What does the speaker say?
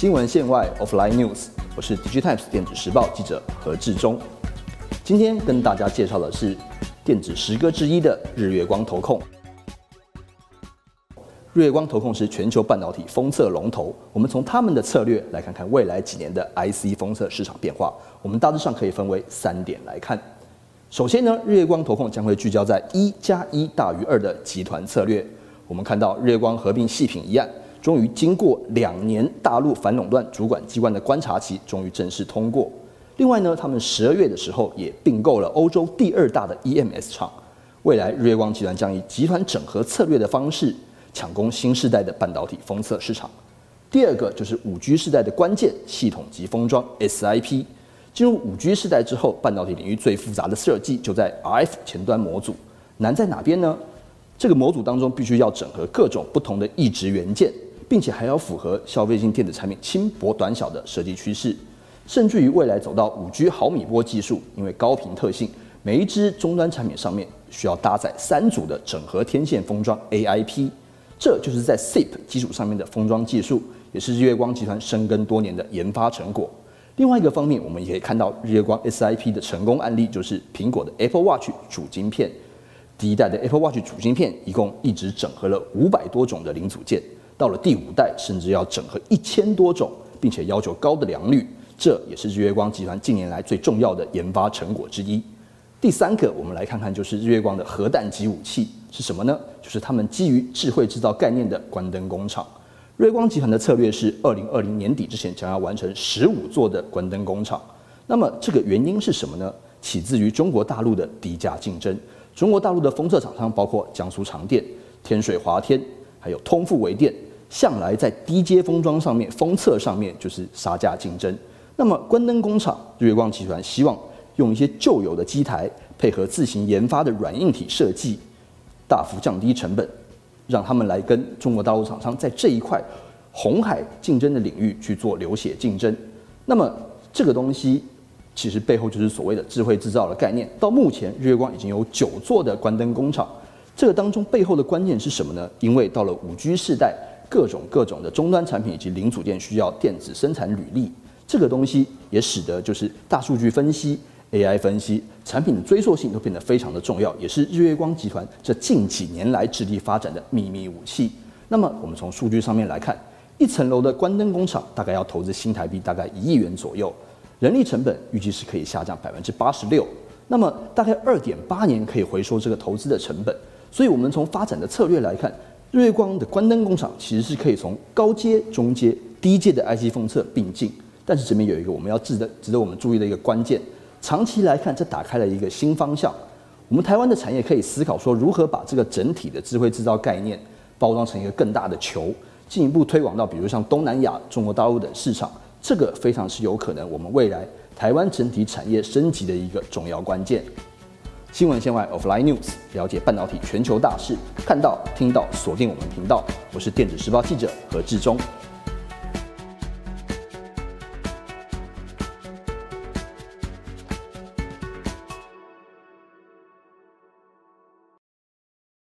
新闻线外 Offline News， 我是 Digitimes 电子时报记者何志忠。今天跟大家介绍的是电子十哥之一的日月光投控。日月光投控是全球半导体封测龙头，我们从他们的策略来看看未来几年的 IC 封测市场变化。我们大致上可以分为3点来看。首先呢，日月光投控将会聚焦在1+1=2的集团策略。我们看到日月光合并细品一案，终于经过2年大陆反垄断主管机关的观察期，终于正式通过。另外呢，他们12月的时候也并购了欧洲第2大的 EMS 厂。未来日月光集团将以集团整合策略的方式，抢攻新世代的半导体封测市场。第二个就是5G 世代的关键系统级封装 SiP。进入5G 世代之后，半导体领域最复杂的设计就在 RF 前端模组。难在哪边呢？这个模组当中必须要整合各种不同的异质元件，并且还要符合消费性电子产品轻薄短小的设计趋势。甚至于未来走到5G 毫米波技术，因为高频特性，每一支终端产品上面需要搭载3组的整合天线封装 AIP。这就是在 SiP 基础上面的封装技术，也是日月光集团深耕多年的研发成果。另外一个方面，我们也可以看到日月光 SiP 的成功案例，就是苹果的 Apple Watch 主晶片。第1代的 Apple Watch 主晶片一共一直整合了500多种的零组件，到了第5代甚至要整合1000多种，并且要求高的良率，这也是日月光集团近年来最重要的研发成果之一。第3个，我们来看看就是日月光的核弹级武器是什么呢？就是他们基于智慧制造概念的关灯工厂。日月光集团的策略是2020年底之前将要完成15座的关灯工厂。那么这个原因是什么呢？起自于中国大陆的低价竞争。中国大陆的封测厂商包括江苏长电、天水华天，还有通富微电，向来在低阶封装上面、封测上面就是杀价竞争。那么关灯工厂，日月光集团希望用一些旧有的机台，配合自行研发的软硬体设计，大幅降低成本，让他们来跟中国大陆厂商在这一块红海竞争的领域去做流血竞争。那么这个东西其实背后就是所谓的智慧制造的概念。到目前，日月光已经有9座的关灯工厂。这个当中背后的关键是什么呢？因为到了5G 世代，各种的终端产品以及零组件需要电子生产履历。这个东西也使得就是大数据分析、AI 分析、产品的追溯性都变得非常的重要，也是日月光集团这近几年来致力发展的秘密武器。那么我们从数据上面来看，1层楼的关灯工厂大概要投资新台币大概1亿元左右，人力成本预计是可以下降86%。那么大概2.8年可以回收这个投资的成本。所以我们从发展的策略来看，日月光的关灯工厂其实是可以从高阶、中阶、低阶的 IC 封测并进。但是这边有一个我们要值得我们注意的一个关键，长期来看，这打开了一个新方向。我们台湾的产业可以思考说，如何把这个整体的智慧制造概念包装成一个更大的球，进一步推广到比如像东南亚、中国大陆等市场。这个非常是有可能我们未来台湾整体产业升级的一个重要关键。新闻线外 Offline News， 了解半导体全球大事，看到听到锁定我们频道。我是电子时报记者何志忠。